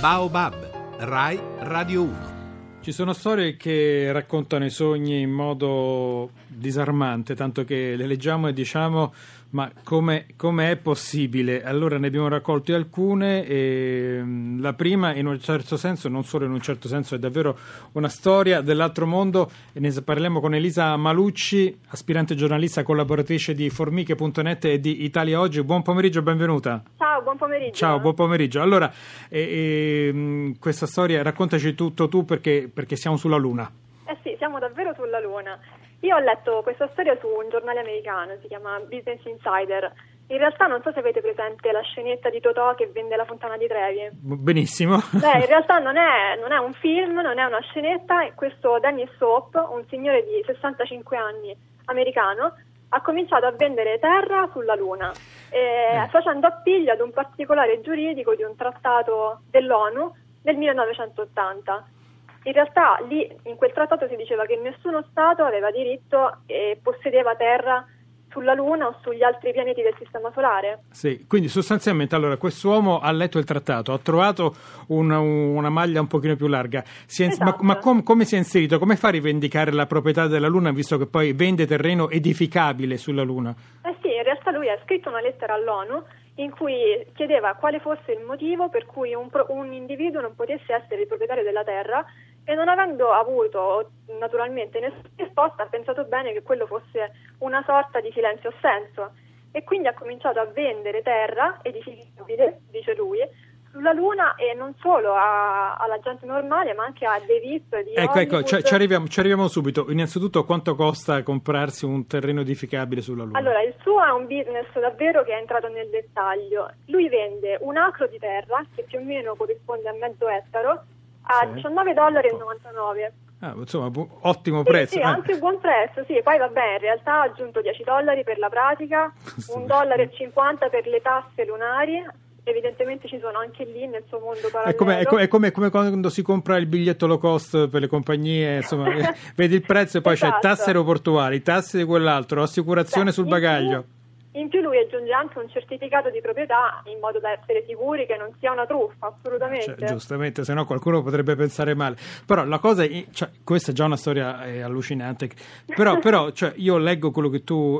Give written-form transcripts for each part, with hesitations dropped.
Baobab, Rai Radio 1. Ci sono storie che raccontano i sogni in modo disarmante, tanto che le leggiamo e diciamo ma come è possibile? Allora ne abbiamo raccolti alcune e la prima in un certo senso, non solo in un certo senso, è davvero una storia dell'altro mondo e ne parliamo con Elisa Malucci, aspirante giornalista collaboratrice di Formiche.net e di Italia Oggi. Buon pomeriggio e benvenuta. Ciao, buon pomeriggio. Ciao, buon pomeriggio. Allora, questa storia, raccontaci tutto tu perché siamo sulla Luna. Sì, siamo davvero sulla Luna. Io ho letto questa storia su un giornale americano, si chiama Business Insider. In realtà non so se avete presente la scenetta di Totò che vende la fontana di Trevi. Benissimo. In realtà non è un film, non è una scenetta. Questo Dennis Hope, un signore di 65 anni americano, ha cominciato a vendere terra sulla Luna, facendo appiglio ad un particolare giuridico di un trattato dell'ONU del 1980. In realtà lì in quel trattato si diceva che nessuno Stato aveva diritto e possedeva terra sulla Luna o sugli altri pianeti del Sistema Solare. Sì, quindi sostanzialmente allora quest'uomo ha letto il trattato, ha trovato una maglia un pochino più larga. Esatto. Ma come si è inserito? Come fa a rivendicare la proprietà della Luna visto che poi vende terreno edificabile sulla Luna? Sì, in realtà lui ha scritto una lettera all'ONU in cui chiedeva quale fosse il motivo per cui un individuo non potesse essere il proprietario della terra e non avendo avuto naturalmente nessuna risposta ha pensato bene che quello fosse una sorta di silenzio-assenso e quindi ha cominciato a vendere terra edificabile, dice lui, sulla Luna e non solo alla gente normale ma anche a dei VIP di Ecco, ci arriviamo subito. Innanzitutto quanto costa comprarsi un terreno edificabile sulla Luna? Allora, il suo è un business davvero che è entrato nel dettaglio. Lui vende un acro di terra che più o meno corrisponde a mezzo ettaro a $19,99. Insomma, ottimo prezzo. Sì, anche un buon prezzo, sì. Poi vabbè, in realtà ha aggiunto $10 per la pratica, $1,50 per le tasse lunari. Evidentemente ci sono anche lì nel suo mondo parallelo. È come quando si compra il biglietto low cost per le compagnie, insomma, vedi il prezzo e poi Esatto. c'è tasse aeroportuali, tasse di quell'altro, assicurazione sul bagaglio. In più lui aggiunge anche un certificato di proprietà in modo da essere sicuri che non sia una truffa, assolutamente. Giustamente, se no qualcuno potrebbe pensare male. Però la cosa è, questa è già una storia allucinante. Però io leggo quello che tu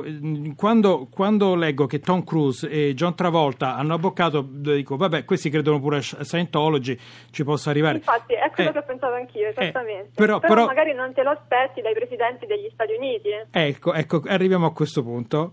quando leggo che Tom Cruise e John Travolta hanno abboccato, dico vabbè, questi credono pure a Scientology, ci posso arrivare. Infatti è quello che ho pensato anch'io, esattamente. Però magari non te lo aspetti dai presidenti degli Stati Uniti. Ecco, arriviamo a questo punto,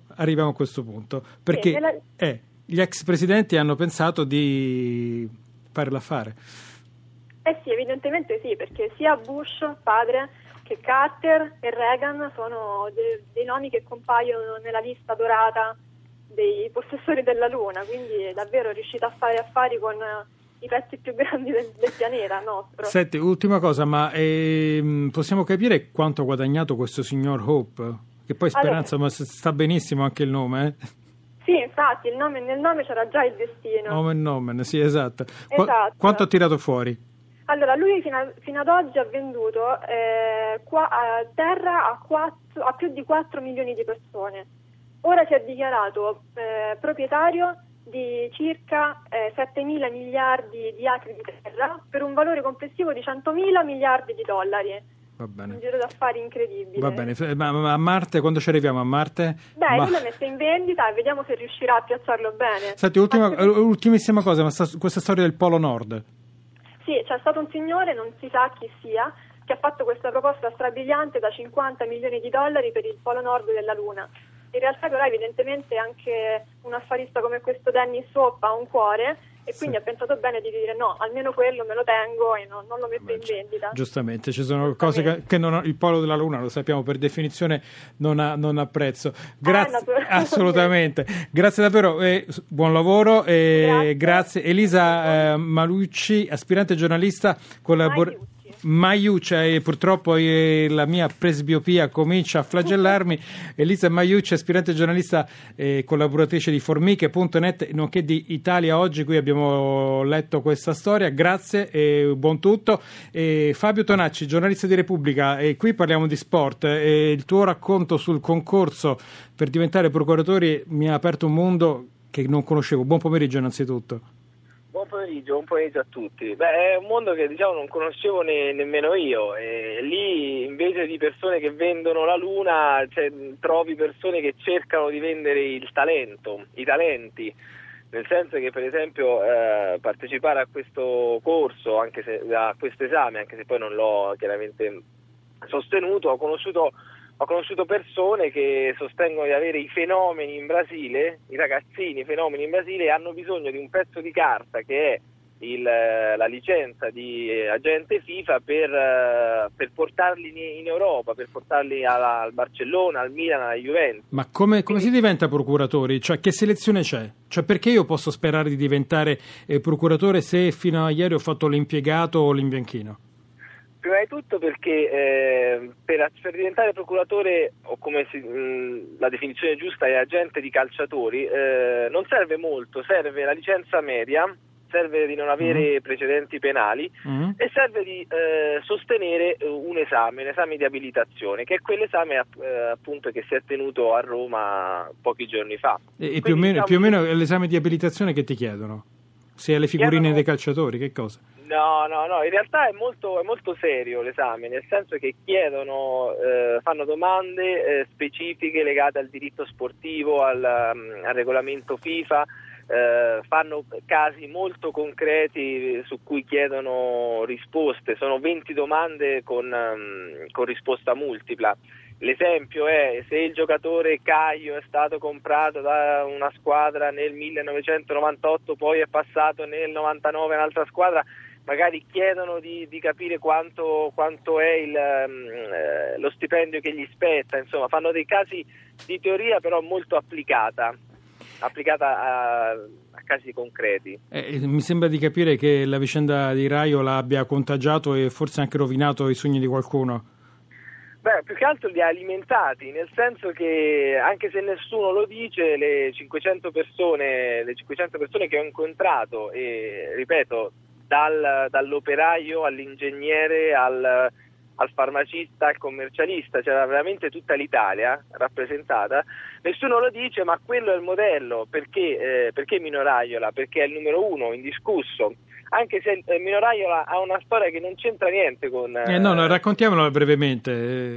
perché gli ex presidenti hanno pensato di fare l'affare. Sì, evidentemente sì, perché sia Bush padre che Carter e Reagan sono dei nomi che compaiono nella lista dorata dei possessori della Luna, quindi è davvero riuscita a fare affari con i pezzi più grandi del pianeta nostro. Senti, ultima cosa, ma possiamo capire quanto ha guadagnato questo signor Hope? Che poi Speranza, ma sta benissimo anche il nome, eh? Sì, infatti, nel nome c'era già il destino. Omen, sì, esatto. Esatto. Quanto ha tirato fuori? Allora, lui fino ad oggi ha venduto terra a più di 4 milioni di persone. Ora si è dichiarato proprietario di circa 7.000 miliardi di acri di terra per un valore complessivo di 100.000 miliardi di dollari. Va bene. Un giro d'affari incredibile. Va bene, ma a Marte, quando ci arriviamo a Marte? Lui l'ha messo in vendita e vediamo se riuscirà a piazzarlo bene. Senti, ultimissima cosa, ma questa storia del Polo Nord. Sì, c'è stato un signore, non si sa chi sia, che ha fatto questa proposta strabiliante da 50 milioni di dollari per il Polo Nord della Luna. In realtà però evidentemente anche un affarista come questo Dennis Hope ha un cuore e quindi ha pensato bene di dire no, almeno quello me lo tengo e non lo metto in vendita. Giustamente, ci sono cose che il polo della Luna, lo sappiamo, per definizione non ha prezzo. Grazie, assolutamente. Grazie davvero, buon lavoro. Grazie. Elisa Malucci, aspirante giornalista Maiucci, purtroppo la mia presbiopia comincia a flagellarmi. Elisa Maiucci, aspirante giornalista e collaboratrice di Formiche.net nonché di Italia Oggi, qui abbiamo letto questa storia, grazie e buon tutto. Fabio Tonacci, giornalista di Repubblica, e qui parliamo di sport, il tuo racconto sul concorso per diventare procuratori mi ha aperto un mondo che non conoscevo. Buon pomeriggio innanzitutto. Buon buon pomeriggio a tutti. È un mondo che non conoscevo nemmeno io, e lì invece di persone che vendono la luna trovi persone che cercano di vendere il talento, i talenti, nel senso che per esempio partecipare a questo corso, a questo esame, anche se poi non l'ho chiaramente sostenuto, ho conosciuto persone che sostengono di avere i fenomeni in Brasile, i ragazzini fenomeni in Brasile, hanno bisogno di un pezzo di carta che è la licenza di agente FIFA per portarli in Europa, per portarli al Barcellona, al Milan, alla Juventus. Ma come si diventa procuratori? Cioè, che selezione c'è? Cioè, perché io posso sperare di diventare procuratore se fino a ieri ho fatto l'impiegato o l'imbianchino? Prima di tutto perché per diventare procuratore, o la definizione giusta è agente di calciatori, non serve molto, serve la licenza media, serve di non avere precedenti penali e serve di sostenere un esame di abilitazione, che è quell'esame appunto che si è tenuto a Roma pochi giorni fa. E più o meno l'esame di abilitazione che ti chiedono? Se alle figurine dei calciatori, che cosa? No, in realtà è molto serio l'esame, nel senso che fanno domande specifiche legate al diritto sportivo, al regolamento FIFA, fanno casi molto concreti su cui chiedono risposte, sono 20 domande con risposta multipla. L'esempio è: se il giocatore Caio è stato comprato da una squadra nel 1998, poi è passato nel 99 a un'altra squadra, magari chiedono di capire quanto è lo stipendio che gli spetta, insomma fanno dei casi di teoria però molto applicata a casi concreti. Mi sembra di capire che la vicenda di Raiola abbia contagiato e forse anche rovinato i sogni di qualcuno. Più che altro li ha alimentati, nel senso che anche se nessuno lo dice, le 500 persone che ho incontrato, e ripeto, dall'operaio all'ingegnere al farmacista, al commercialista, c'era veramente tutta l'Italia rappresentata, nessuno lo dice, ma quello è il modello. Perché Mino Raiola? Perché è il numero uno indiscusso, anche se Mino Raiola ha una storia che non c'entra niente con... No, raccontiamola brevemente.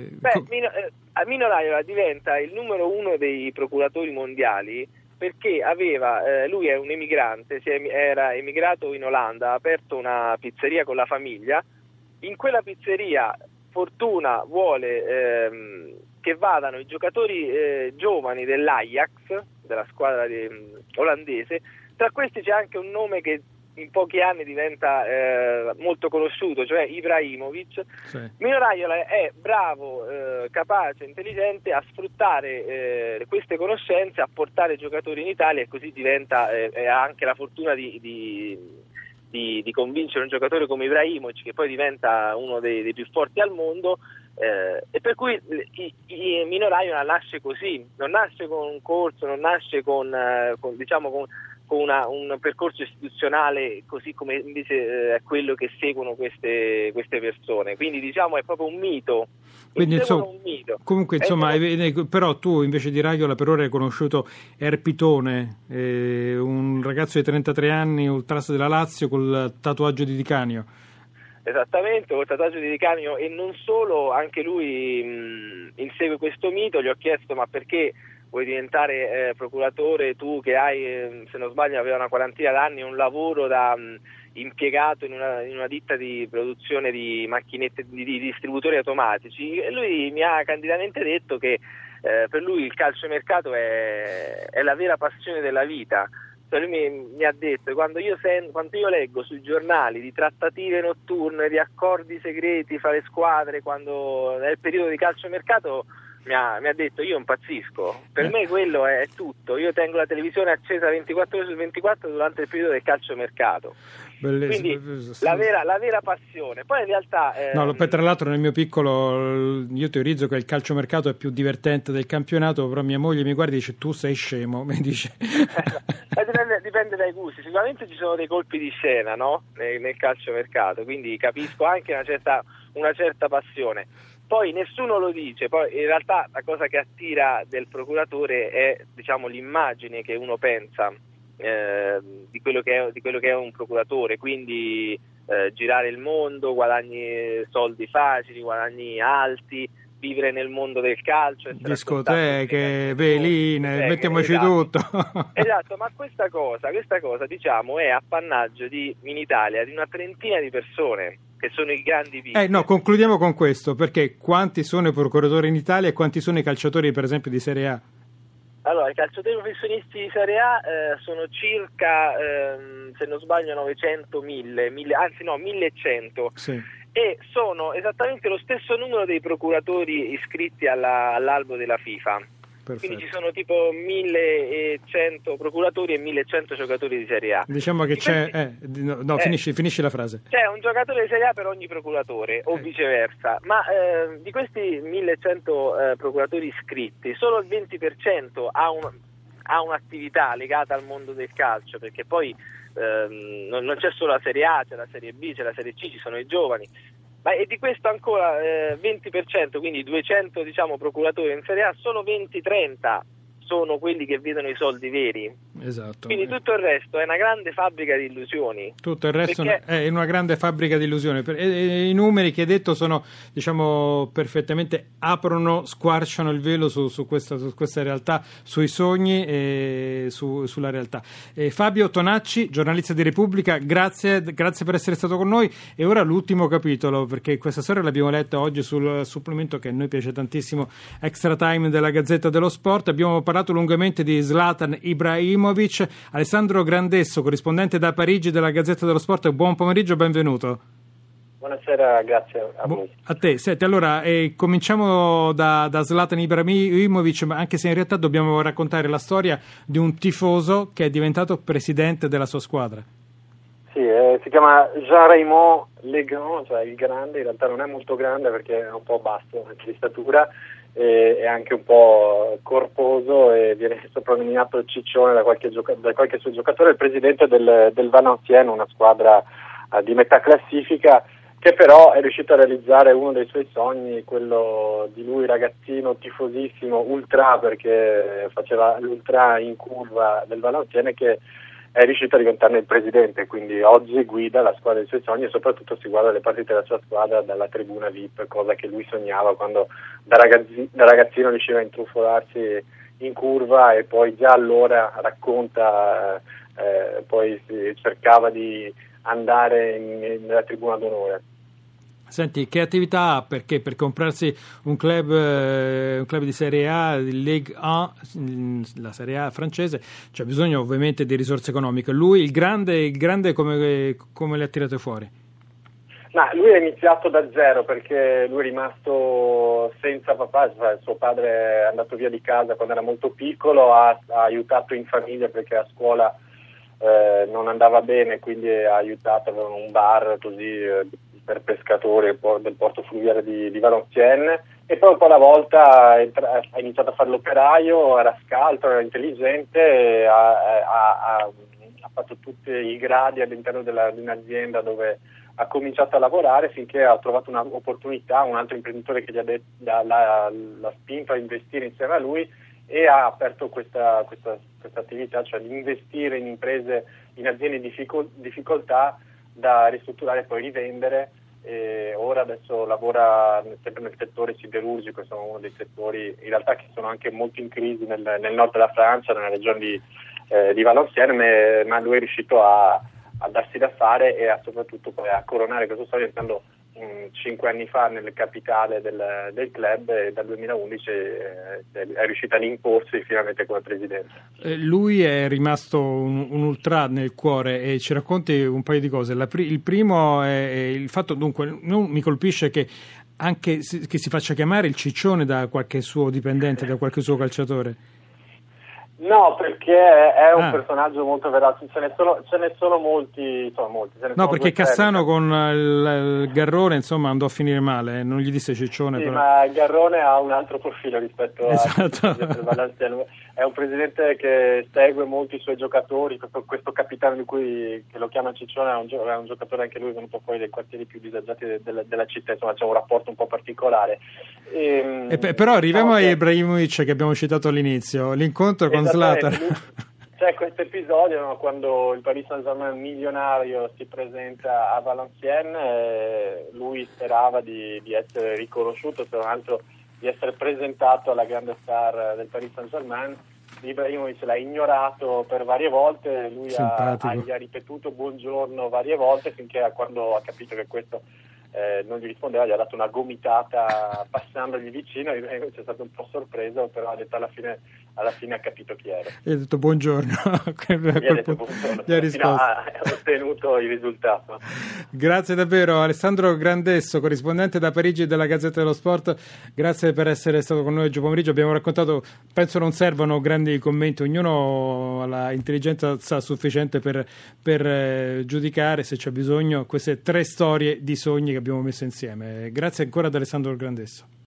Mino Raiola diventa il numero uno dei procuratori mondiali perché lui è un emigrante, era emigrato in Olanda, ha aperto una pizzeria con la famiglia. In quella pizzeria Fortuna vuole che vadano i giocatori giovani dell'Ajax, della squadra olandese. Tra questi c'è anche un nome che in pochi anni diventa molto conosciuto, cioè Ibrahimovic. Sì. Mino Raiola è bravo, capace, intelligente a sfruttare queste conoscenze, a portare giocatori in Italia, e così diventa ha anche la fortuna di convincere un giocatore come Ibrahimovic, che poi diventa uno dei più forti al mondo, e per cui Mino Raiola nasce così, non nasce con un corso, non nasce con un percorso istituzionale così come invece è quello che seguono queste persone, quindi è proprio un mito. Quindi un mito. Comunque però tu invece di Raiola per ora hai conosciuto Erpitone, un ragazzo di 33 anni, ultrasta della Lazio, col tatuaggio di Di Canio. Esattamente, col tatuaggio di Di Canio, e non solo, anche lui insegue questo mito. Gli ho chiesto: ma perché vuoi diventare procuratore tu che hai, se non sbaglio aveva una quarantina d'anni, un lavoro da impiegato in una ditta di produzione di macchinette di distributori automatici? E lui mi ha candidamente detto che per lui il calciomercato è la vera passione della vita. Cioè lui mi ha detto: quando io leggo sui giornali di trattative notturne, di accordi segreti fra le squadre, quando è il periodo di calciomercato, mi ha detto io impazzisco. Per me quello è tutto. Io tengo la televisione accesa 24 ore su 24 durante il periodo del calciomercato. Bellissimo. Quindi la vera passione. Poi in realtà tra l'altro nel mio piccolo io teorizzo che il calciomercato è più divertente del campionato, però mia moglie mi guarda e dice: tu sei scemo, mi dice. Dipende dai gusti. Sicuramente ci sono dei colpi di scena, no? Nel calciomercato, quindi capisco anche una certa passione. Poi nessuno lo dice, poi in realtà la cosa che attira del procuratore è l'immagine che uno pensa di quello che è un procuratore, quindi girare il mondo, guadagni soldi facili, guadagni alti, vivere nel mondo del calcio, discoteche, veline, mettiamoci tutto. Esatto, ma questa cosa diciamo è appannaggio in Italia di una trentina di persone che sono i grandi VIP. No, concludiamo con questo, perché quanti sono i procuratori in Italia e quanti sono i calciatori per esempio di Serie A? Allora, i calciatori professionisti di Serie A sono circa, se non sbaglio, 1100, sì. E sono esattamente lo stesso numero dei procuratori iscritti all'albo della FIFA. Perfetto. Quindi ci sono tipo 1100 procuratori e 1100 giocatori di Serie A. Diciamo che finisci la frase. C'è un giocatore di Serie A per ogni procuratore o viceversa, ma di questi 1100 procuratori iscritti solo il 20% ha un'attività legata al mondo del calcio, perché poi non c'è solo la Serie A, c'è la Serie B, c'è la Serie C, ci sono i giovani. E di questo ancora 20%, quindi 200 procuratori in Serie A, solo 20-30 sono quelli che vedono i soldi veri. Esatto. Quindi tutto il resto è una grande fabbrica di illusioni. Tutto il resto è una grande fabbrica di illusioni. I numeri che hai detto sono, perfettamente squarciano il velo su questa realtà, sui sogni e sulla realtà. Fabio Tonacci, giornalista di Repubblica, grazie per essere stato con noi. E ora l'ultimo capitolo, perché questa storia l'abbiamo letta oggi sul supplemento che a noi piace tantissimo, Extra Time della Gazzetta dello Sport. Abbiamo parlato lungamente di Zlatan Ibrahimovic. Alessandro Grandesso, corrispondente da Parigi della Gazzetta dello Sport, buon pomeriggio, benvenuto. Buonasera, grazie a voi. A te. Senti, allora cominciamo da Zlatan Ibrahimovic, ma anche se in realtà dobbiamo raccontare la storia di un tifoso che è diventato presidente della sua squadra. Sì, si chiama Jean-Raymond Le Grand, cioè il grande. In realtà non è molto grande perché è un po' basso anche di statura, è anche un po' corposo e viene soprannominato Ciccione da qualche suo giocatore, il presidente del Valenciennes, una squadra di metà classifica, che però è riuscito a realizzare uno dei suoi sogni, quello di lui ragazzino tifosissimo, ultra, perché faceva l'ultra in curva del Valenciennes, che è riuscito a diventarne il presidente, quindi oggi guida la squadra dei suoi sogni e soprattutto si guarda le partite della sua squadra dalla tribuna VIP, cosa che lui sognava quando da ragazzino riusciva a intrufolarsi in curva, e poi già allora racconta, poi cercava di andare nella tribuna d'onore. Senti, che attività ha? Perché per comprarsi un club di Serie A, il Ligue 1, la Serie A francese, c'è bisogno ovviamente di risorse economiche. Lui, il grande come le ha tirate fuori? Ma lui è iniziato da zero, perché lui è rimasto senza papà, cioè suo padre è andato via di casa quando era molto piccolo, ha aiutato in famiglia perché a scuola non andava bene, quindi ha aiutato, avevano un bar così per pescatori del porto fluviale di Valenciennes, e poi un po' alla volta ha iniziato a fare l'operaio, era scaltro, era intelligente, ha fatto tutti i gradi all'interno di un'azienda dove ha cominciato a lavorare, finché ha trovato un'opportunità, un altro imprenditore che l'ha spinto a investire insieme a lui, e ha aperto questa attività, cioè di investire in imprese, in aziende in difficoltà, da ristrutturare e poi rivendere. E ora adesso lavora sempre nel settore siderurgico, sono uno dei settori in realtà che sono anche molto in crisi nel nord della Francia, nella regione di Valenciennes, ma lui è riuscito a darsi da fare e soprattutto poi a coronare questo sogno, entrando 5 anni fa nel capitale del club, e dal 2011 è riuscito ad imporsi finalmente come presidente. Lui è rimasto un ultra nel cuore, e ci racconti un paio di cose. Il primo è il fatto, dunque, non mi colpisce che anche che si faccia chiamare il Ciccione da qualche suo dipendente, da qualche suo calciatore. No, perché è un personaggio molto verace, ce ne sono molti. No, perché Cassano con il Garrone andò a finire male, non gli disse Ciccione. Sì, però. Ma il Garrone ha un altro profilo rispetto esatto. È un presidente che segue molti i suoi giocatori, questo capitano che lo chiama Ciccione è un giocatore anche lui venuto poi dai quartieri più disagiati della città, c'è un rapporto un po' particolare. Però arriviamo a Ibrahimovic, che abbiamo citato all'inizio, l'incontro con Zlatan. C'è questo episodio, no, quando il Paris Saint-Germain milionario si presenta a Valenciennes, lui sperava di essere riconosciuto, tra l'altro di essere presentato alla grande star del Paris Saint-Germain. Ibrahimovic l'ha ignorato per varie volte, lui gli ha ripetuto buongiorno varie volte, finché quando ha capito che questo non gli rispondeva, gli ha dato una gomitata passandogli vicino. Ibrahimovic è stato un po' sorpreso, però ha detto alla fine ha capito chi era. E ha detto buongiorno. Gli ha risposto. Ha ottenuto il risultato. Grazie davvero Alessandro Grandesso, corrispondente da Parigi della Gazzetta dello Sport. Grazie per essere stato con noi oggi pomeriggio. Abbiamo raccontato, penso non servano grandi commenti, ognuno ha l'intelligenza sufficiente per giudicare, se c'è bisogno, queste 3 storie di sogni che abbiamo messo insieme. Grazie ancora ad Alessandro Grandesso.